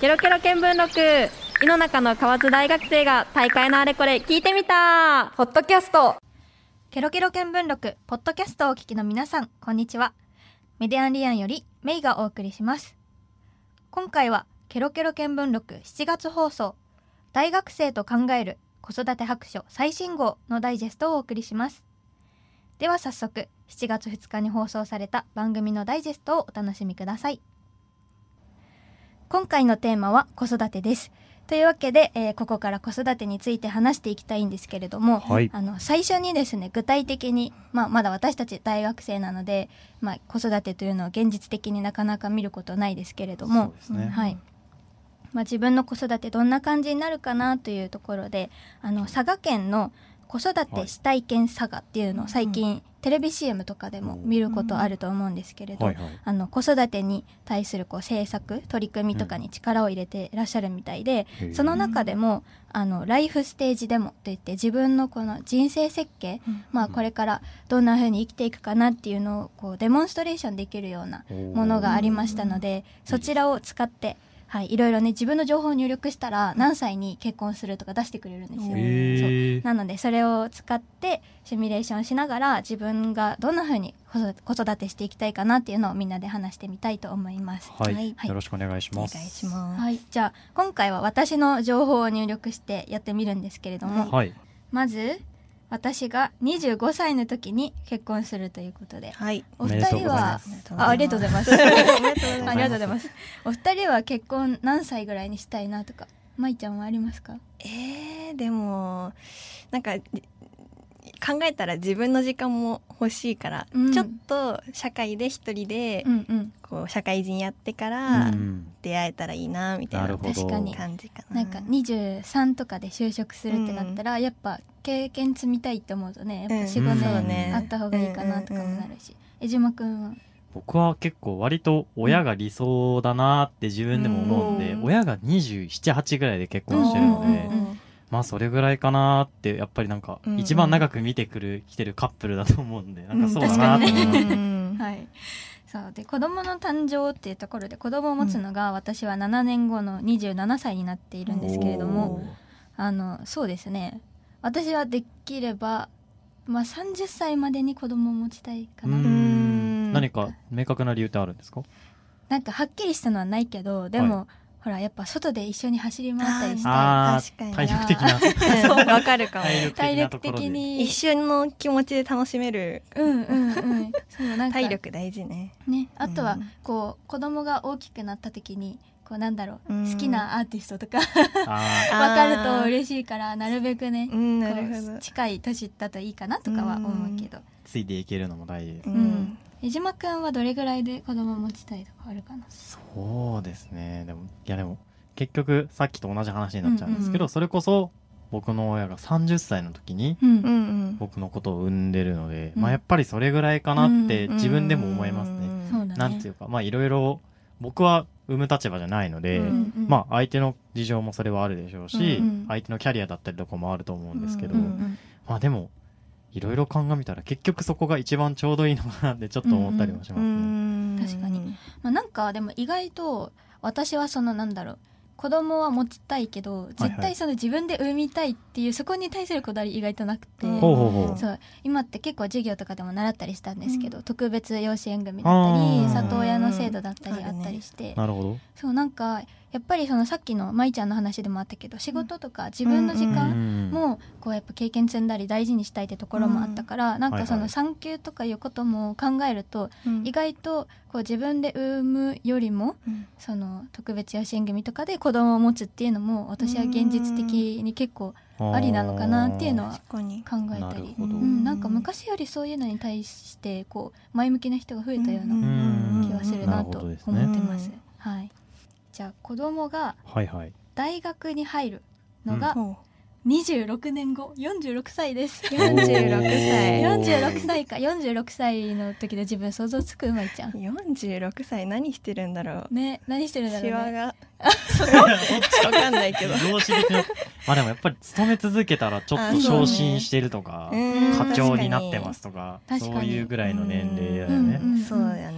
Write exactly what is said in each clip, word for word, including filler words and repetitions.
ケロケロ見聞録、井の中の河津大学生が大会のあれこれ聞いてみたポッドキャスト。 ケロケロ見聞録ポッドキャストをお聞きの皆さん、こんにちは。メディアンリアンよりメイがお送りします。今回はケロケロ見聞録しちがつ放送、大学生と考える子育て白書最新号のダイジェストをお送りします。では早速、しちがつふつかに放送された番組のダイジェストをお楽しみください。今回のテーマは子育てです。というわけで、えー、ここから子育てについて話していきたいんですけれども、 はい、 あの最初にですね、具体的に、まあ、まだ私たち大学生なので、まあ、子育てというのは現実的になかなか見ることないですけれども、 そうですね、 はい、まあ、自分の子育てどんな感じになるかなというところで、あの佐賀県の子育て私体験佐賀っていうのを最近、はい、テレビ シーエム とかでも見ることあると思うんですけれど、 はいはい、 あの子育てに対するこう政策取り組みとかに力を入れていらっしゃるみたいで、うん、その中でもあのライフステージデモといって自分のこの人生設計、うん、まあ、これからどんな風に生きていくかなっていうのをこうデモンストレーションできるようなものがありましたので、そちらを使ってはい、いろいろね、自分の情報を入力したら何歳に結婚するとか出してくれるんですよ。そうなのでそれを使ってシミュレーションしながら自分がどんな風に子育てしていきたいかなっていうのをみんなで話してみたいと思います。 はい、はい、よろしくお願いします。 お願いします。はい、じゃあ今回は私の情報を入力してやってみるんですけれども、 はい、 まず私がにじゅうごさいの時に結婚するということで、はい、お二人はありがとうございます。ありがとうございます。お二人は結婚何歳ぐらいにしたいなとか、まいちゃんはありますか？ えー、でもなんか考えたら自分の時間も欲しいから、うん、ちょっと社会で一人で、うんうん、こう社会人やってから出会えたらいいなみたいな感じかな。 なんかにじゅうさんとかで就職するってなったら、うん、やっぱ経験積みたいって思うとね、やっぱ よん,ご 年あった方がいいかなとかもなるし、江島くんは？ 僕は結構割と親が理想だなって自分でも思うんで、うん、親がにじゅうなな、はちぐらいで結婚してるので、うんうんうん、まあそれぐらいかなって、やっぱりなんか一番長く見てくる来てるカップルだと思うんで、なんかそうだなと思って、 うんねはい、そうで子供の誕生っていうところで子供を持つのが私はななねんごのにじゅうななさいになっているんですけれども、あのそうですね、私はできれば、まあ、さんじゅっさいまでに子供を持ちたいかな。うーん何か明確な理由ってあるんですか？ なんかはっきりしたのはないけど、でも、はい、ほらやっぱ外で一緒に走り回ったりしたい。 あ確かに体力的なそうわかるかも。 体力的に一瞬の気持ちで楽しめる。 うんうんうんそうなんか体力大事ね。 ね、あとは、うん、こう子供が大きくなった時にこうなんだろう、うん、好きなアーティストとか分かると嬉しいから、なるべくね、うん、なるほど近い年だといいかなとかは思うけど、 ついていけるのも大事ですね。 うん江島くんはどれぐらいで子供持ちたいとかあるかな？ そうですね、でもいやでも結局さっきと同じ話になっちゃうんですけど、うんうん、それこそ僕の親がさんじゅっさいの時に僕のことを産んでるので、うん、まあ、やっぱりそれぐらいかなって自分でも思いますね。うんうん、なんていうか、まあいろいろ僕は産む立場じゃないので、うんうん、まあ相手の事情もそれはあるでしょうし、うんうん、相手のキャリアだったりとかもあると思うんですけど、うんうん、まあでもいろいろ鑑みたら結局そこが一番ちょうどいいのかなってちょっと思ったりもしますね。 うんうん、確かに、まあ、なんかでも意外と私はそのなんだろう、子供は持ちたいけど絶対その自分で産みたいっていう、はいはい、そこに対するこだわり意外となくて、そう今って結構授業とかでも習ったりしたんですけど、うん、特別養子縁組だったり里親の制度だったりあったりして、 ね、なるほど。 そうなんかやっぱりそのさっきのまいちゃんの話でもあったけど、仕事とか自分の時間もこうやっぱ経験積んだり大事にしたいってところもあったから、なんかその産休とかいうことも考えると、意外とこう自分で産むよりもその特別養子縁組とかで子供を持つっていうのも私は現実的に結構ありなのかなっていうのは考えたり、うん、なんか昔よりそういうのに対してこう前向きな人が増えたような気はするなと思ってます。はい。じゃあ子供が大学に入るのがにじゅうろくねんご、よんじゅうろくさいです。 よんじゅうろくさいよんじゅうろくさいか。よんじゅうろくさいの時で自分想像つく？まいちゃんよんじゅうろくさい何してるんだろうね。何してるんだろうね。 シワがそこわかんないけど容姿的なまあでもやっぱり勤め続けたらちょっと昇進してるとか、課長になってますとか、そういうぐらいの年齢だよね。 そうだよね。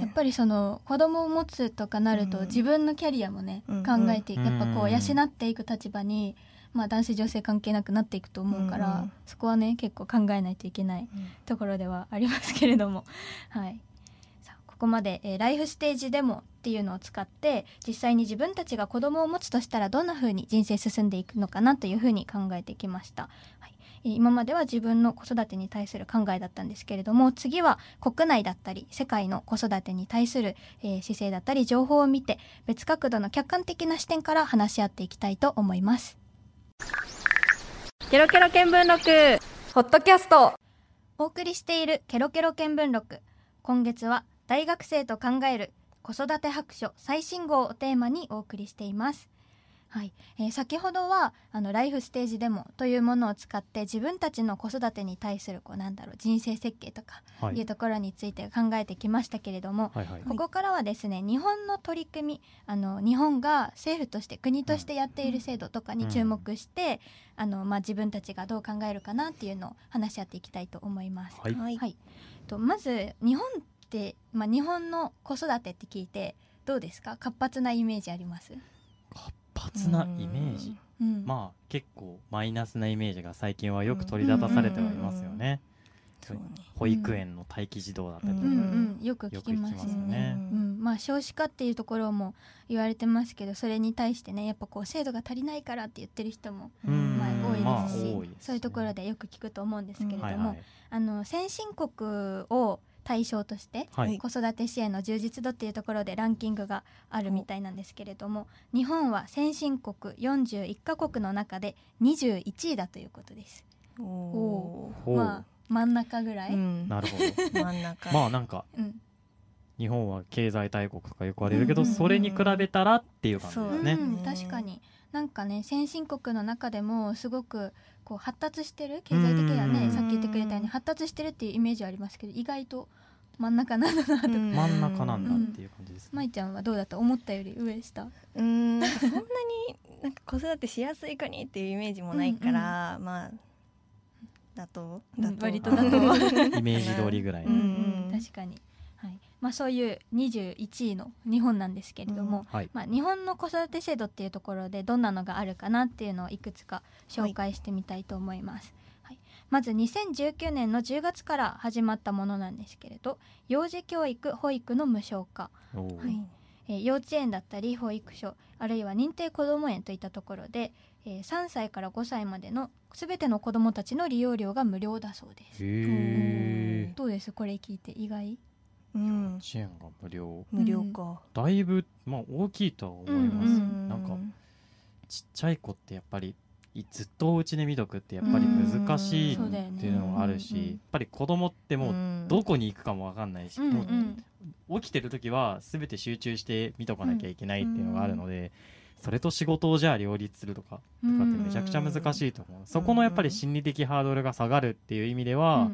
やっぱりその子供を持つとかなると、うん、自分のキャリアもね、うん、考えて、やっぱこう養っていく立場に、まあ、男性女性関係なくなっていくと思うから、うん、そこはね結構考えないといけないところではありますけれども、はい、さあここまで、えー、ライフステージデモっていうのを使って実際に自分たちが子供を持つとしたらどんな風に人生進んでいくのかなという風に考えてきました、はい、えー、今までは自分の子育てに対する考えだったんですけれども、次は国内だったり世界の子育てに対する、えー、姿勢だったり情報を見て別角度の客観的な視点から話し合っていきたいと思います。 ケロケロ見聞録ポッドキャスト、 お送りしているケロケロ見聞録、今月は大学生と考える子育て白書最新号をテーマにお送りしています。はい、えー、先ほどはあのライフステージデモというものを使って自分たちの子育てに対するこうなんだろう人生設計とかいうところについて考えてきましたけれども、はいはいはい、ここからはですね日本の取り組み、あの日本が政府として国としてやっている制度とかに注目して、うん、あのまあ、自分たちがどう考えるかなっていうのを話し合っていきたいと思います。はいはい、とまず日本って、まあ、日本の子育てって聞いてどうですか？活発なイメージあります？ 活発なイメージ、うん、まあ結構マイナスなイメージが最近はよく取り立たされてはいますよね。保育園の待機児童だったりとか、うんうんうん、よく聞きますよね。うん、まあ少子化っていうところも言われてますけど、それに対してねやっぱこう制度が足りないからって言ってる人も、まあ、多いですし、まあ多いですね、そういうところでよく聞くと思うんですけれども、はいはい、あの先進国を対象として、はい、子育て支援の充実度っていうところでランキングがあるみたいなんですけれども、日本は先進国よんじゅういっカ国の中でにじゅういちいだということです。おお、まあ真ん中ぐらい、うん、 なるほど真ん中まあなんか、うん、日本は経済大国とかよく言われるけど、うんうんうん、それに比べたらっていう感じですね。 うん、確かになんかね先進国の中でもすごくこう発達してる、経済的にはねさっき言ってくれたように発達してるっていうイメージはありますけど、意外と真ん中なんだなと、 真ん中なんだっていう感じですね。 まいちゃんはどうだった？思ったより上下？ うーんなんかそんなになんか子育てしやすい国っていうイメージもないから、うんうん、まあだとだと割とだとイメージ通りぐらい、 うんうん、確かに、はい、まあ、そういうにじゅういちいの日本なんですけれども、うん、はい、まあ、日本の子育て制度っていうところでどんなのがあるかなっていうのをいくつか紹介してみたいと思います、はいはい、まずにせんじゅうきゅうねんのじゅうがつから始まったものなんですけれど、幼児教育保育の無償化、はい、えー、幼稚園だったり保育所あるいは認定こども園といったところで、えー、さんさいからごさいまでのすべての子どもたちの利用料が無料だそうです。へー、どうです？これ聞いて意外？ うん、幼稚園が無料、 無料か、 だいぶ、まあ、大きいとは思います、うんうん、なんかちっちゃい子ってやっぱりずっとお家で見とくってやっぱり難しいっていうのがあるし、うんうん、やっぱり子供ってもうどこに行くかも分かんないし、うんうん、もう起きてる時は全て集中して見とかなきゃいけないっていうのがあるので、うんうん、それと仕事をじゃあ両立するとかとかってめちゃくちゃ難しいと思う、うんうん、そこのやっぱり心理的ハードルが下がるっていう意味では、うんうん、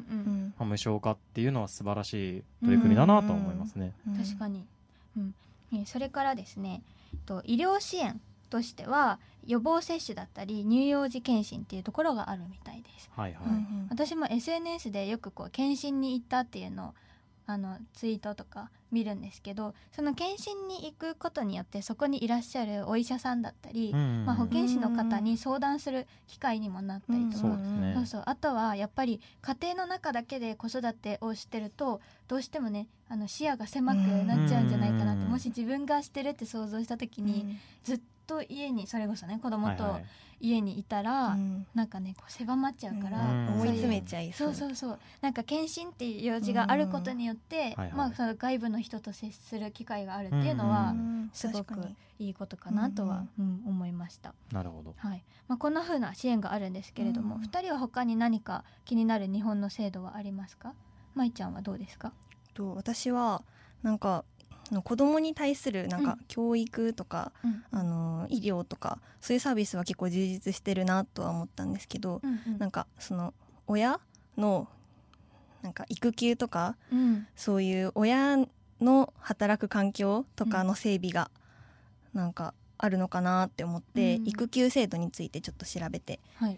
まあ、無償化っていうのは素晴らしい取り組みだなと思いますね、 うんうん、確かに、うん、それからですね、と医療支援としては予防接種だったり乳幼児検診っていうところがあるみたいです、はいはい、うん、私も エスエヌエス でよくこう検診に行ったっていうのをあのツイートとか見るんですけど、その検診に行くことによってそこにいらっしゃるお医者さんだったり、うんうん、まあ、保健師の方に相談する機会にもなったりとか、うん、そうですね、そうそう、あとはやっぱり家庭の中だけで子育てをしてるとどうしてもねあの視野が狭くなっちゃうんじゃないかなって、もし自分がしてるって想像した時に、うん、ずっと家にそれこそね子供と家にいたら、はいはい、なんかねこう狭まっちゃうから、うん、 思い詰めちゃいそうそうそう、なんか検診っていう用事があることによって、うん、まあ、その外部の人と接する機会があるっていうのは、うん、すごくいいことかなとは、うんうん、思いました。 なるほど、 はい、まあ、こんな風な支援があるんですけれども、うん、ふたりは他に何か気になる日本の制度はありますか？まいちゃんはどうですか？ と私はなんか子供に対するなんか教育とか、うん、あの医療とかそういうサービスは結構充実してるなとは思ったんですけど、うんうん、なんかその親のなんか育休とか、うん、そういう親の働く環境とかの整備がなんかあるのかなって思って、うん、育休制度についてちょっと調べて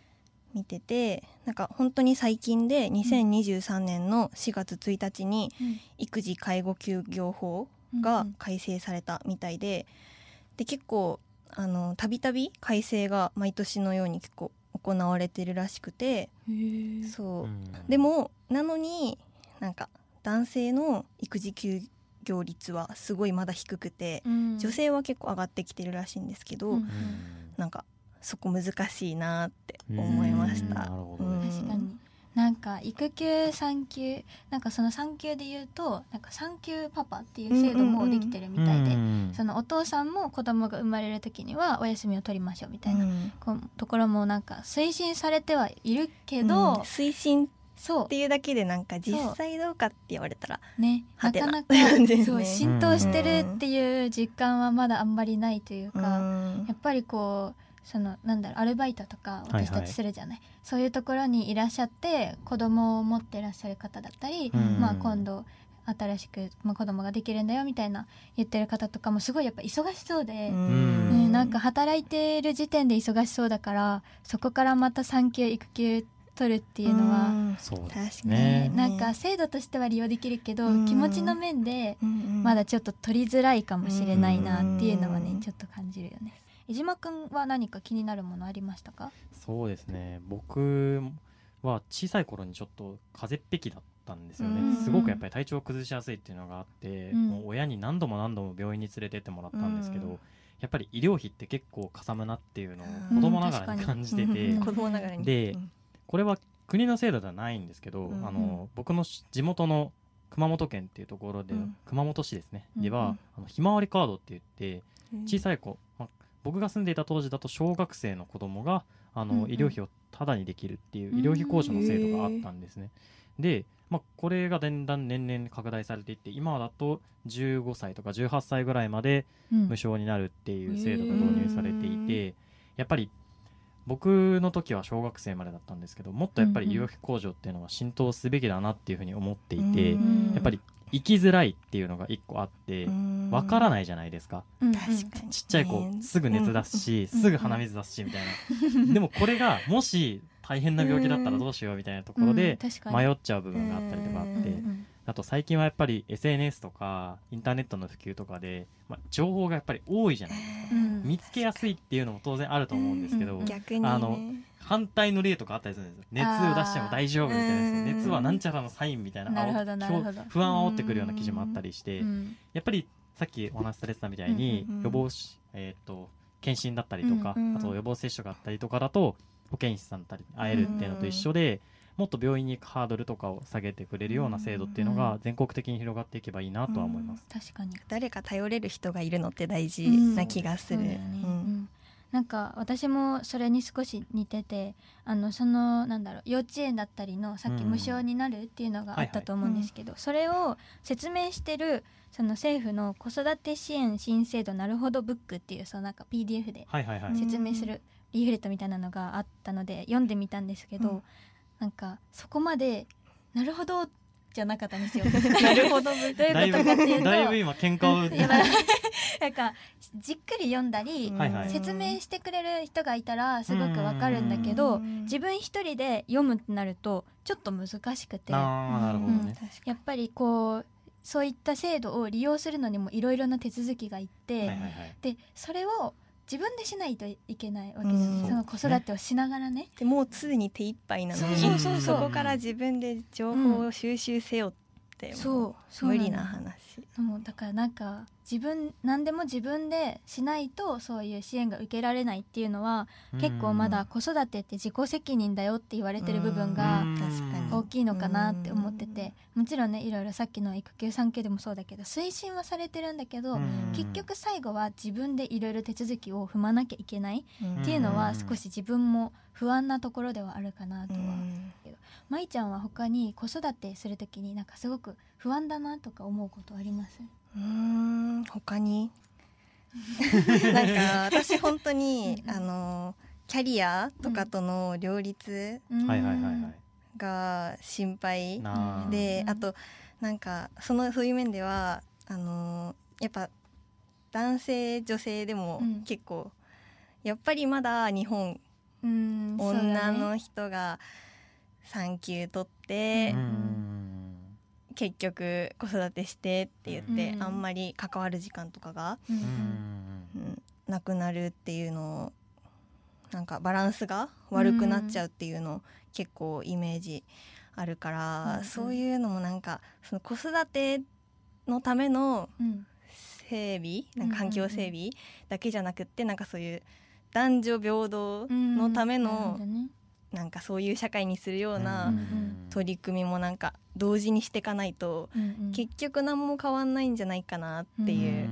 見てて、なんか本当に最近でにせんにじゅうさんねんのしがつついたちに育児介護休業法が改正されたみたいで、で結構あのたびたび改正が毎年のように結構行われてるらしくて、そう、うん、でもなのになんか男性の育児休業率はすごいまだ低くて、うん、女性は結構上がってきてるらしいんですけど、うん、なんかそこ難しいなって思いました。 なるほど、うん、 確かになんか育休産休なんかその産休で言うとなんか産休パパっていう制度もできてるみたいで、うんうんうん、そのお父さんも子供が生まれる時にはお休みを取りましょうみたいな、うん、こうところもなんか推進されてはいるけど、うん、 推進っていうだけでなんか実際どうかって言われたらね、なかなかそう浸透してるっていう実感はまだあんまりないというか、うん、やっぱりこうそのなんだろうアルバイトとか私たちするじゃない、はいはい、そういうところにいらっしゃって子供を持ってらっしゃる方だったり、うんまあ、今度新しく、まあ、子供ができるんだよみたいな言ってる方とかもすごいやっぱ忙しそうで、うんね、なんか働いてる時点で忙しそうだからそこからまた産休育休取るっていうのはそうですね、なんか制度としては利用できるけど気持ちの面でまだちょっと取りづらいかもしれないなっていうのはねちょっと感じるよね。江島くんは何か気になるものありましたか？ そうですね、僕は小さい頃にちょっと風邪っぺきだったんですよね、うんうん、すごくやっぱり体調を崩しやすいっていうのがあって、うん、もう親に何度も何度も病院に連れてってもらったんですけど、うん、やっぱり医療費って結構かさむなっていうのを子供ながらに感じてて、 子供ながらにでこれは国の制度ではないんですけど、うんうん、あの僕の地元の熊本県っていうところで、うん、熊本市ですね、うんうん、ではあのひまわりカードって言って小さい子、まあ、僕が住んでいた当時だと小学生の子供があの、うんうん、医療費をタダにできるっていう医療費控除の制度があったんですね。で、まあ、これがだんだん年々拡大されていって今だとじゅうごさいとかじゅうはっさいぐらいまで無償になるっていう制度が導入されていて、やっぱり僕の時は小学生までだったんですけどもっとやっぱり医療費控除っていうのは浸透すべきだなっていうふうに思っていて、やっぱり生きづらいっていうのが一個あってわからないじゃないですか。 確かにちっちゃい子すぐ熱出すし、うん、すぐ鼻水出すしみたいなでもこれがもし大変な病気だったらどうしようみたいなところで迷っちゃう部分があったりとかあって、あと最近はやっぱり エスエヌエス とかインターネットの普及とかで、まあ、情報がやっぱり多いじゃないですか、うん、見つけやすいっていうのも当然あると思うんですけど、 うん、逆にね、 あの反対の例とかあったりするんですよ。熱を出しても大丈夫みたいな、熱はなんちゃらのサインみたいな、 なるほどなるほど、 不安を煽ってくるような記事もあったりして、やっぱりさっきお話しされてたみたいに予防し、えー、と検診だったりとか、あと予防接種があったりとかだと保健師さんだったり会えるっていうのと一緒で、もっと病院に行くハードルとかを下げてくれるような制度っていうのが全国的に広がっていけばいいなとは思います。 確かに誰か頼れる人がいるのって大事な気がする。 なんか私もそれに少し似てて、あのそのなんだろう幼稚園だったりのさっき無償になるっていうのがあったと思うんですけど、それを説明してるその政府の子育て支援新制度なるほどブックっていうそのなんか ピーディーエフ で説明するリーフレットみたいなのがあったので読んでみたんですけど、うん、なんかそこまでなるほどじゃなかったんですよなるほどどういうことかっていうとだいぶ今喧嘩をなんかじっくり読んだり、はいはい、説明してくれる人がいたらすごくわかるんだけど、自分一人で読むってなるとちょっと難しくて、 あ、なるほどね、 うん、やっぱりこうそういった制度を利用するのにもいろいろな手続きがいって、はいはいはい、でそれを自分でしないといけないわけです、うん、その子育てをしながらね。 でもう常に手一杯なのに、そうそうそう、そこから自分で情報を収集せよって、うん、そう無理な話。 そうだからなんか自分何でも自分でしないとそういう支援が受けられないっていうのは、結構まだ子育てって自己責任だよって言われてる部分が大きいのかなって思ってて、もちろんねいろいろさっきの育休産休でもそうだけど推進はされてるんだけど、結局最後は自分でいろいろ手続きを踏まなきゃいけないっていうのは少し自分も不安なところではあるかなとは思うけど、まいちゃんは他に子育てするときになんかすごく不安だなとか思うことあります？ うーん他になんか私本当にあのキャリアとかとの両立が心配で、あとなんかそのそういう面ではあのやっぱ男性女性でも結構やっぱりまだ日本うん、女の人が産休取って、うん、結局子育てしてって言って、うん、あんまり関わる時間とかが、うんうん、なくなるっていうのをなんかバランスが悪くなっちゃうっていうのを結構イメージあるから、うん、そういうのもなんかその子育てのための整備、うん、なんか環境整備だけじゃなくってなんかそういう男女平等のための、うん、なんかそういう社会にするような取り組みもなんか同時にしていかないと、うんうん、結局何も変わんないんじゃないかなっていう、うん、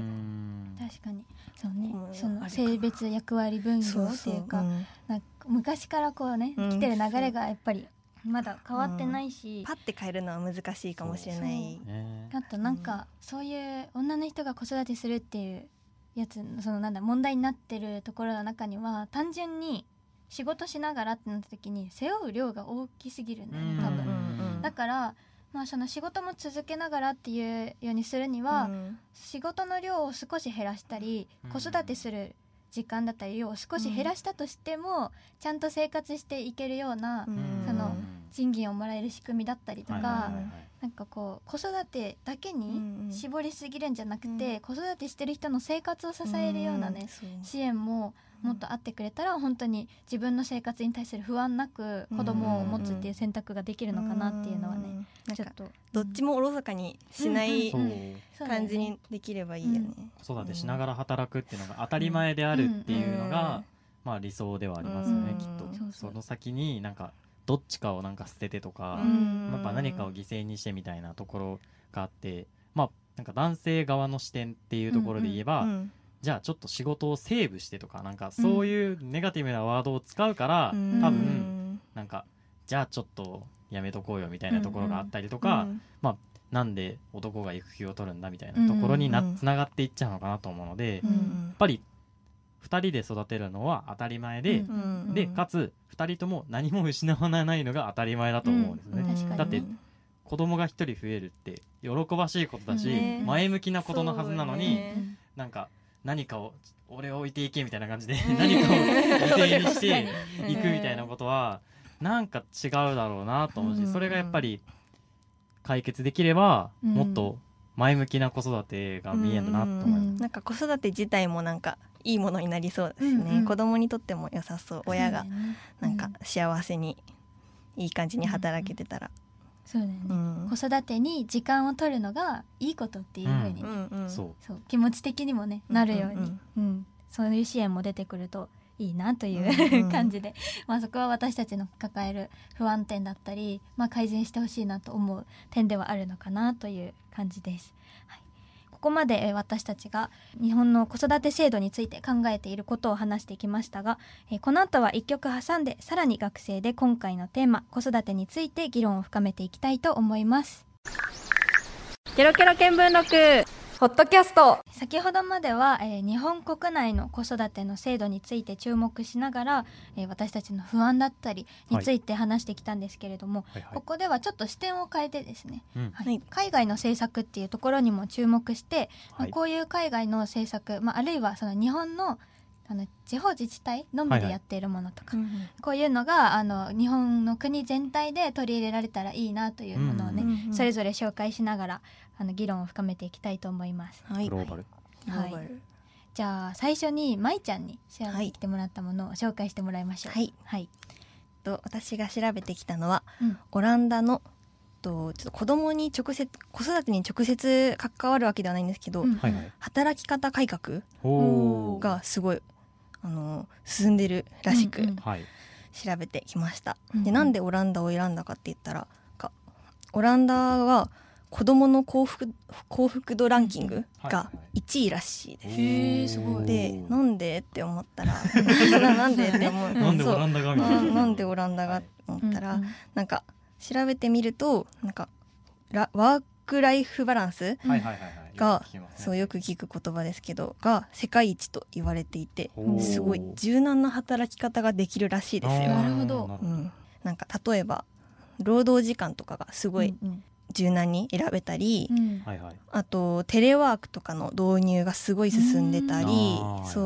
確かにそうね、その性別役割分業っていうか、そうそう、うん、なんか昔からこうね、うん、来てる流れがやっぱりまだ変わってないし、 うん、パッて変えるのは難しいかもしれない。 あとなんか、うん、そういう女の人が子育てするっていうやつ、そのなんだ問題になってるところの中には単純に仕事しながらってなった時に背負う量が大きすぎるんだよね多分、うんうん、だからまあ、その仕事も続けながらっていうようにするには、うん、仕事の量を少し減らしたり、うん、子育てする時間だったりを少し減らしたとしても、うん、ちゃんと生活していけるような、うん、その賃金をもらえる仕組みだったりとか、はいはいはいはい、なんかこう子育てだけに絞りすぎるんじゃなくて、うん、子育てしてる人の生活を支えるようなね、うん、支援ももっとあってくれたら本当に自分の生活に対する不安なく子供を持つっていう選択ができるのかなっていうのはね、 うん、ちょっとどっちもおろそかにしない感じにできればいいよね、うん、 子育てしながら働くっていうのが当たり前であるっていうのが、まあ、理想ではありますよね、きっと。そうそう、その先になんかどっちかをなんか捨ててとか、やっぱ何かを犠牲にしてみたいなところがあって、まあなんか男性側の視点っていうところで言えば、うんうん、じゃあちょっと仕事をセーブしてとかなんかそういうネガティブなワードを使うから、うん、多分なんかじゃあちょっとやめとこうよみたいなところがあったりとか、うんうん、まあなんで男が育休を取るんだみたいなところにな、うんうん、つながっていっちゃうのかなと思うので、うんうん、やっぱりふたりで育てるのは当たり前で、うんうん、でかつふたりとも何も失わないのが当たり前だと思うんですね、うんうん、だって子供がひとり増えるって喜ばしいことだし、ね、前向きなことのはずなのに、ね、なんか何かを俺を置いていけみたいな感じで何かを犠牲にしていくみたいなことはなんか違うだろうなと思うし、それがやっぱり解決できればもっと前向きな子育てが見えるなと思います、うんうん、 なんか子育て自体もなんかいいものになりそうですね、うんうん、子供にとっても良さそう、親がなんか幸せにいい感じに働けてたら、 そうだよね、うん、子育てに時間を取るのがいいことっていう風に、ね、うんうん、そうそう気持ち的にもねなるように、うんうんうん、そういう支援も出てくるといいなという、うんうん、感じで、まあ、そこは私たちの抱える不安点だったり、まあ、改善してほしいなと思う点ではあるのかなという感じです、はい、ここまで私たちが日本の子育て制度について考えていることを話してきましたが、この後はいっきょく挟んでさらに学生で今回のテーマ子育てについて議論を深めていきたいと思います。 ケロケロ見聞録ホットキャスト。 先ほどまでは、えー、日本国内の子育ての制度について注目しながら、えー、私たちの不安だったりについて話してきたんですけれども、はいはいはい、ここではちょっと視点を変えてですね、うんはい、海外の政策っていうところにも注目して、はいまあ、こういう海外の政策、まあ、あるいはその日本のあの地方自治体のみでやっているものとか、はいはい、こういうのがあの日本の国全体で取り入れられたらいいなというものをね、うんうん、それぞれ紹介しながらあの議論を深めていきたいと思います。 はい、グローバル、 はいはい、じゃあ最初にまいちゃんに調べてきてもらったものを紹介してもらいましょう。 はい、はい、と私が調べてきたのは、うん、オランダのとちょっと子供に直接子育てに直接関わるわけではないんですけど、うん、働き方改革がすごいあの進んでるらしく、うんうん、調べてきました、うんうん、でなんでオランダを選んだかって言ったらかオランダは子どもの幸福、幸福度ランキングがいちいらしいです、うんはいはい、 へーすごい。 でなんでって思ったらなんでって思うなんでオランダがな, なんでオランダがって思ったら、はい、なんか調べてみるとなんかラワークライフバランスがそうよく聞く言葉ですけどが世界一と言われていてすごい柔軟な働き方ができるらしいですよ。 なるほど、 うん、なんか例えば労働時間とかがすごい柔軟に選べたり、うんうん、あとテレワークとかの導入がすごい進んでたり、そう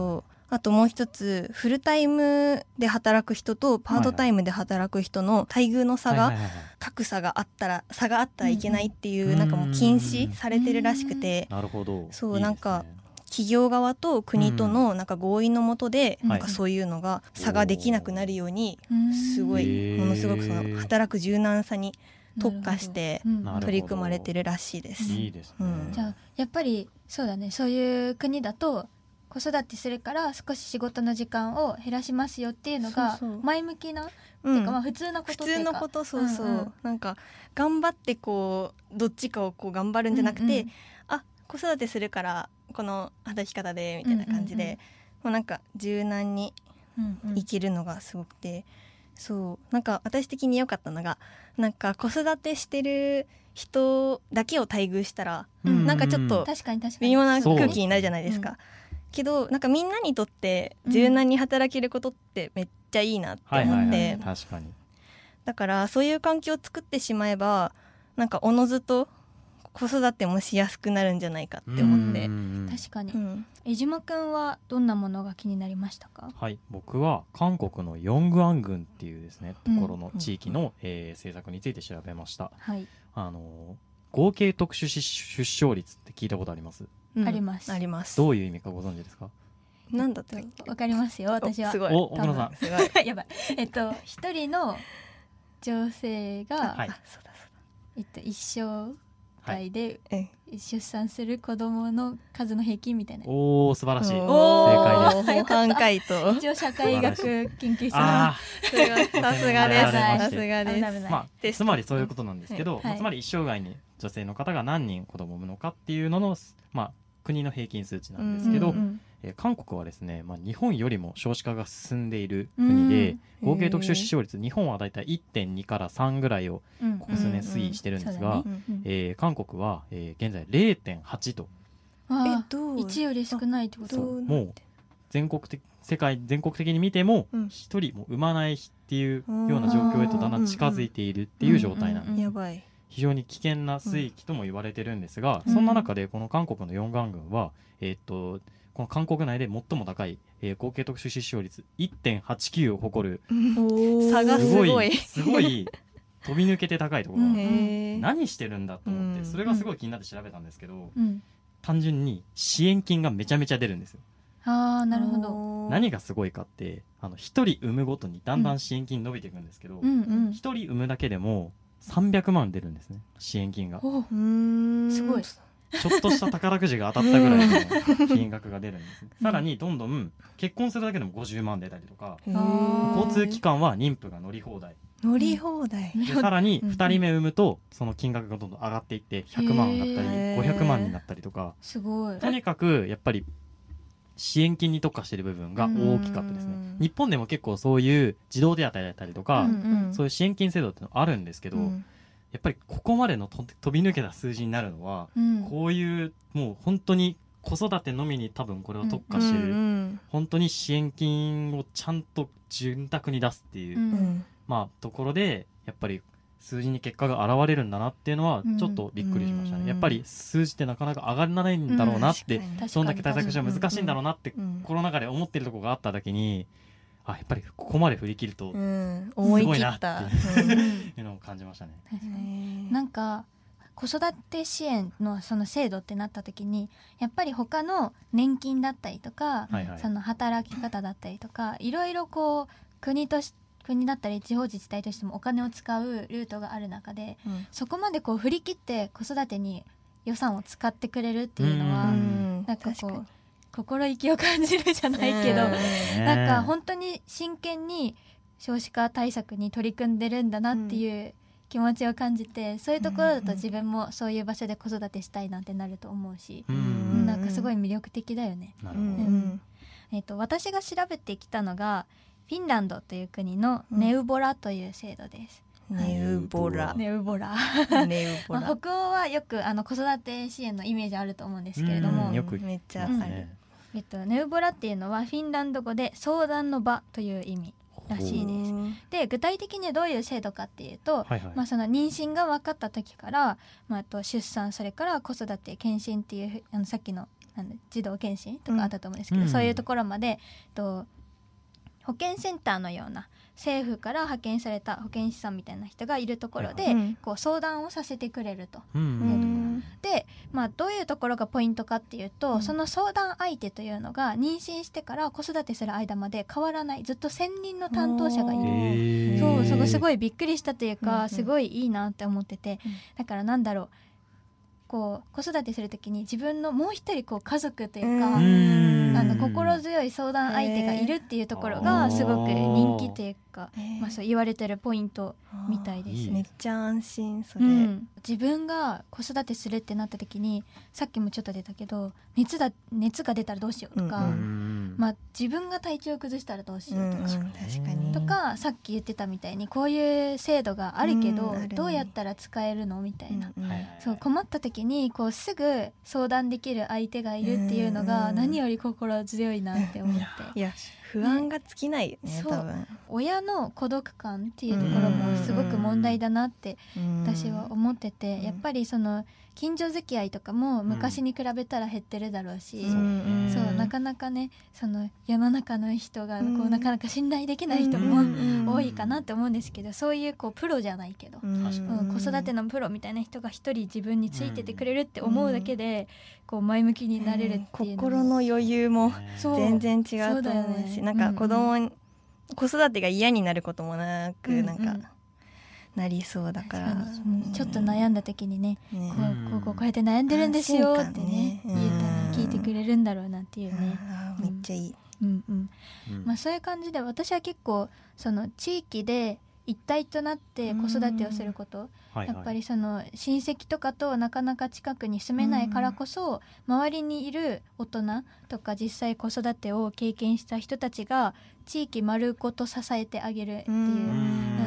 あともう一つフルタイムで働く人とパートタイムで働く人の待遇の差が、格差があったら差があったらいけないっていう、うんうん、なんかもう禁止されてるらしくて、 なるほど。 そうなんか企業側と国とのなんか合意の下で、なんかそういうのが差ができなくなるように、すごいものすごくその働く柔軟さに特化して取り組まれてるらしいです。 いいですね。 うん、じゃあやっぱりそうだね、そういう国だと子育てするから少し仕事の時間を減らしますよっていうのが前向きな、そうそう、っていうかまあ普通なことっていうか、 普通のこと、そうそう、うんうん、なんか頑張ってこうどっちかをこう頑張るんじゃなくて、うんうん、あ子育てするからこの働き方でみたいな感じで、うんうんうん、もうなんか柔軟に生きるのがすごくて、うんうん、そうなんか私的に良かったのが、なんか子育てしてる人だけを待遇したら、うん、なんかちょっと微妙な空気になるじゃないですか。けどなんかみんなにとって柔軟に働けることってめっちゃいいなって思って、 確かに。 だからそういう環境を作ってしまえば、なんかおのずと子育てもしやすくなるんじゃないかって思って。 確かに、うん、江島くんはどんなものが気になりましたか？ はい、僕は韓国のヨングアン郡っていうですねところの地域の、うんえー、政策について調べました。はい、あの合計特殊出生率って聞いたことあります？ うん、あります。 あります。 どういう意味かご存知ですか？ なんだったっけ？ わかりますよ、私は。 すごい。 お、小野さん。 すごい。やばい。えっと一人の女性が、 はい、あ、そうだそうだ。 えっと一生涯で出産する子供の数の平均みたいな。 おお、素晴らしい。 正解です。模範解答。 一応社会学研究者。 あさすがです。さすがです。 まあつまりそういうことなんですけど、はい、つまり一生涯に女性の方が何人子供を産むのかっていうののまあ国の平均数値なんですけど、うんうん、えー、韓国はですね、まあ、日本よりも少子化が進んでいる国で、うん、合計特殊出生率、日本はだいたい いってんに からさんぐらいをここ数年推移してるんですが、えー、韓国は、えー、現在 れいてんはち と。 あー、いちより少ないってこと？ もう全国的世界全国的に見てもひとりも産まないっていうような状況へとだんだん近づいているっていう状態なんです。 やばい。 非常に危険な水域とも言われてるんですが、うん、そんな中でこの韓国のヨンガン郡は、えー、っとこの韓国内で最も高い、えー、合計特殊出生率 いってんはちきゅう を誇る、 うん、差がすごいすごい飛び抜けて高いところ、うん、何してるんだと思って、それがすごい気になって調べたんですけど、うん、単純に支援金がめちゃめちゃ出るんですよ。 あー、なるほど。 何がすごいかって、あのひとり産むごとにだんだん支援金伸びていくんですけど、うんうんうん、ひとり産むだけでもさんびゃくまん出るんですね、支援金が。 お、うーん、すごい。 ちょっとした宝くじが当たったぐらいの金額が出るんです、ね、さらにどんどん結婚するだけでもごじゅうまん出たりとか、交通機関は妊婦が乗り放題乗り放題で、さらにふたりめ産むとその金額がどんどん上がっていってひゃくまんだったりごひゃくまんになったりとか、 すごい。 とにかくやっぱり支援金に特化している部分が大きかったですね。日本でも結構そういう児童手当だったりとか、うんうん、そういう支援金制度ってのあるんですけど、うん、やっぱりここまでのと飛び抜けた数字になるのは、うん、こういうもう本当に子育てのみに多分これを特化している、うんうん、本当に支援金をちゃんと潤沢に出すっていう、うん、まあところでやっぱり数字に結果が現れるんだなっていうのはちょっとびっくりしましたね、うん、やっぱり数字ってなかなか上がらないんだろうなって、うん、そんだけ対策しては難しいんだろうなって、うん、コロナ禍で思ってるところがあっただけに、あ、やっぱりここまで振り切るとすごいなっていうのを感じましたね。 なんか子育て支援のその制度ってなった時にやっぱり他の年金だったりとか、はいはい、その働き方だったりとかいろいろこう国として国だったり地方自治体としてもお金を使うルートがある中で、うん、そこまでこう振り切って子育てに予算を使ってくれるっていうのはなんかこう心意気を感じるじゃないけど、なんか本当に真剣に少子化対策に取り組んでるんだなっていう気持ちを感じて、そういうところだと自分もそういう場所で子育てしたいなんてなると思うし、うんなんかすごい魅力的だよね。 なるほど、 うんえーと、私が調べてきたのがフィンランドという国のネウボラという制度です。 うん、ネウボラネウボラネウボラ、 まあ、北欧はよくあの子育て支援のイメージあると思うんですけれども、 うん、よくめっちゃある、うんえっと、ネウボラっていうのはフィンランド語で相談の場という意味らしいです。で具体的にどういう制度かっていうと、はいはいまあ、その妊娠が分かった時から、まあ、あと出産それから子育て検診っていうあのさっきのなんだ児童検診とかあったと思うんですけど、うん、そういうところまでと保健センターのような政府から派遣された保健師さんみたいな人がいるところで、うん、こう相談をさせてくれると、うん、で、まあ、どういうところがポイントかっていうと、うん、その相談相手というのが妊娠してから子育てする間まで変わらないずっと専任の担当者がいる。そう、そこすごいびっくりしたというか、うん、すごいいいなって思ってて、うん、だからなんだろうこう子育てするときに自分のもう一人こう家族というか、うーん、あの心強い相談相手がいるっていうところがすごく人気というか、まあ、そう言われてるポイントみたいです。 めっちゃ安心それ、うん、 自分が子育てするってなった時にさっきもちょっと出たけど 熱だ熱が出たらどうしようとか、うんうん、まあ、自分が体調を崩したらどうしようとか、うんうん、確かにとかさっき言ってたみたいにこういう制度があるけど、うん、どうやったら使えるのみたいな、うんうん、そう困った時にこうすぐ相談できる相手がいるっていうのが何より心強いなって思って、 いや不安が尽きないよね、 ね、多分親の孤独感っていうところもすごく問題だなって私は思ってて、やっぱりその近所付き合いとかも昔に比べたら減ってるだろうし、うん、そうなかなかねその世の中の人がこうなかなか信頼できない人も多いかなって思うんですけど、そういうこうプロじゃないけど、うん、子育てのプロみたいな人が一人自分についててくれるって思うだけでこう前向きになれるっていうの、 えー、心の余裕も全然違うと思うし、なんか子供に、うんうん、子育てが嫌になることもなく、うんうん、なんかなりそうだから、 うん、ちょっと悩んだ時にね、ねこうこうこうこうやって悩んでるんですよってね、言えたら聞いてくれるんだろうなっていうね、 めっちゃいい、 うんうんうんまあ、そういう感じで私は結構その地域で一体となって子育てをすること、やっぱりその親戚とかとなかなか近くに住めないからこそ、周りにいる大人とか実際子育てを経験した人たちが地域丸ごと支えてあげるっていう、うん、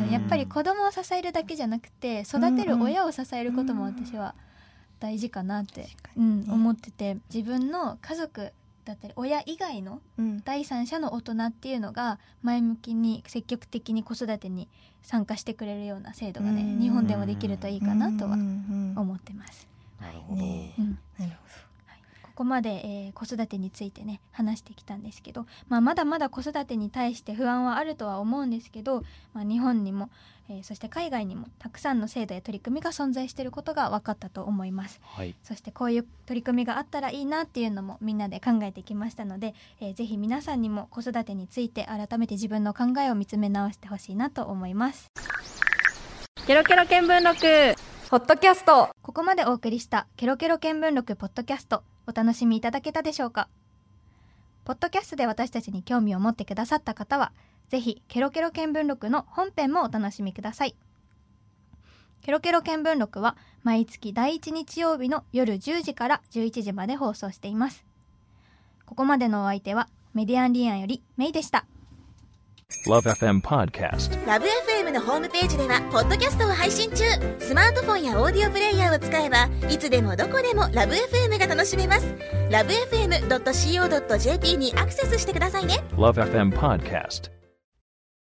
やっぱり子供を支えるだけじゃなくて育てる親を支えることも私は大事かなって、うんうん、思ってて、自分の家族だったり親以外の第三者の大人っていうのが前向きに積極的に子育てに参加してくれるような制度がね、日本でもできるといいかなとは思ってます。 なるほど、ね、 うん、なるほど、はい、ここまで、えー、子育てについてね話してきたんですけど、まあ、まだまだ子育てに対して不安はあるとは思うんですけど、まあ、日本にもえー、そして海外にもたくさんの制度や取り組みが存在していることが分かったと思います、はい、そしてこういう取り組みがあったらいいなっていうのもみんなで考えてきましたので、えー、ぜひ皆さんにも子育てについて改めて自分の考えを見つめ直してほしいなと思います。 ケロケロ見聞録ポッドキャスト、 ここまでお送りしたケロケロ見聞録ポッドキャスト、お楽しみいただけたでしょうか。ポッドキャストで私たちに興味を持ってくださった方はぜひケロケロ見聞録の本編もお楽しみください。ケロケロ見聞録は毎月だいいち日曜日の夜じゅうじからじゅういちじまで放送しています。ここまでのお相手はメディアンリアンよりメイでした。 ラブ エフエム Podcast。 ラブ エフエム のホームページではポッドキャストを配信中。スマートフォンやオーディオプレイヤーを使えばいつでもどこでもラブ エフエム が楽しめます。ラブ エフエムドットシーオードットジェーピー にアクセスしてくださいね。 ラブ エフエム Podcast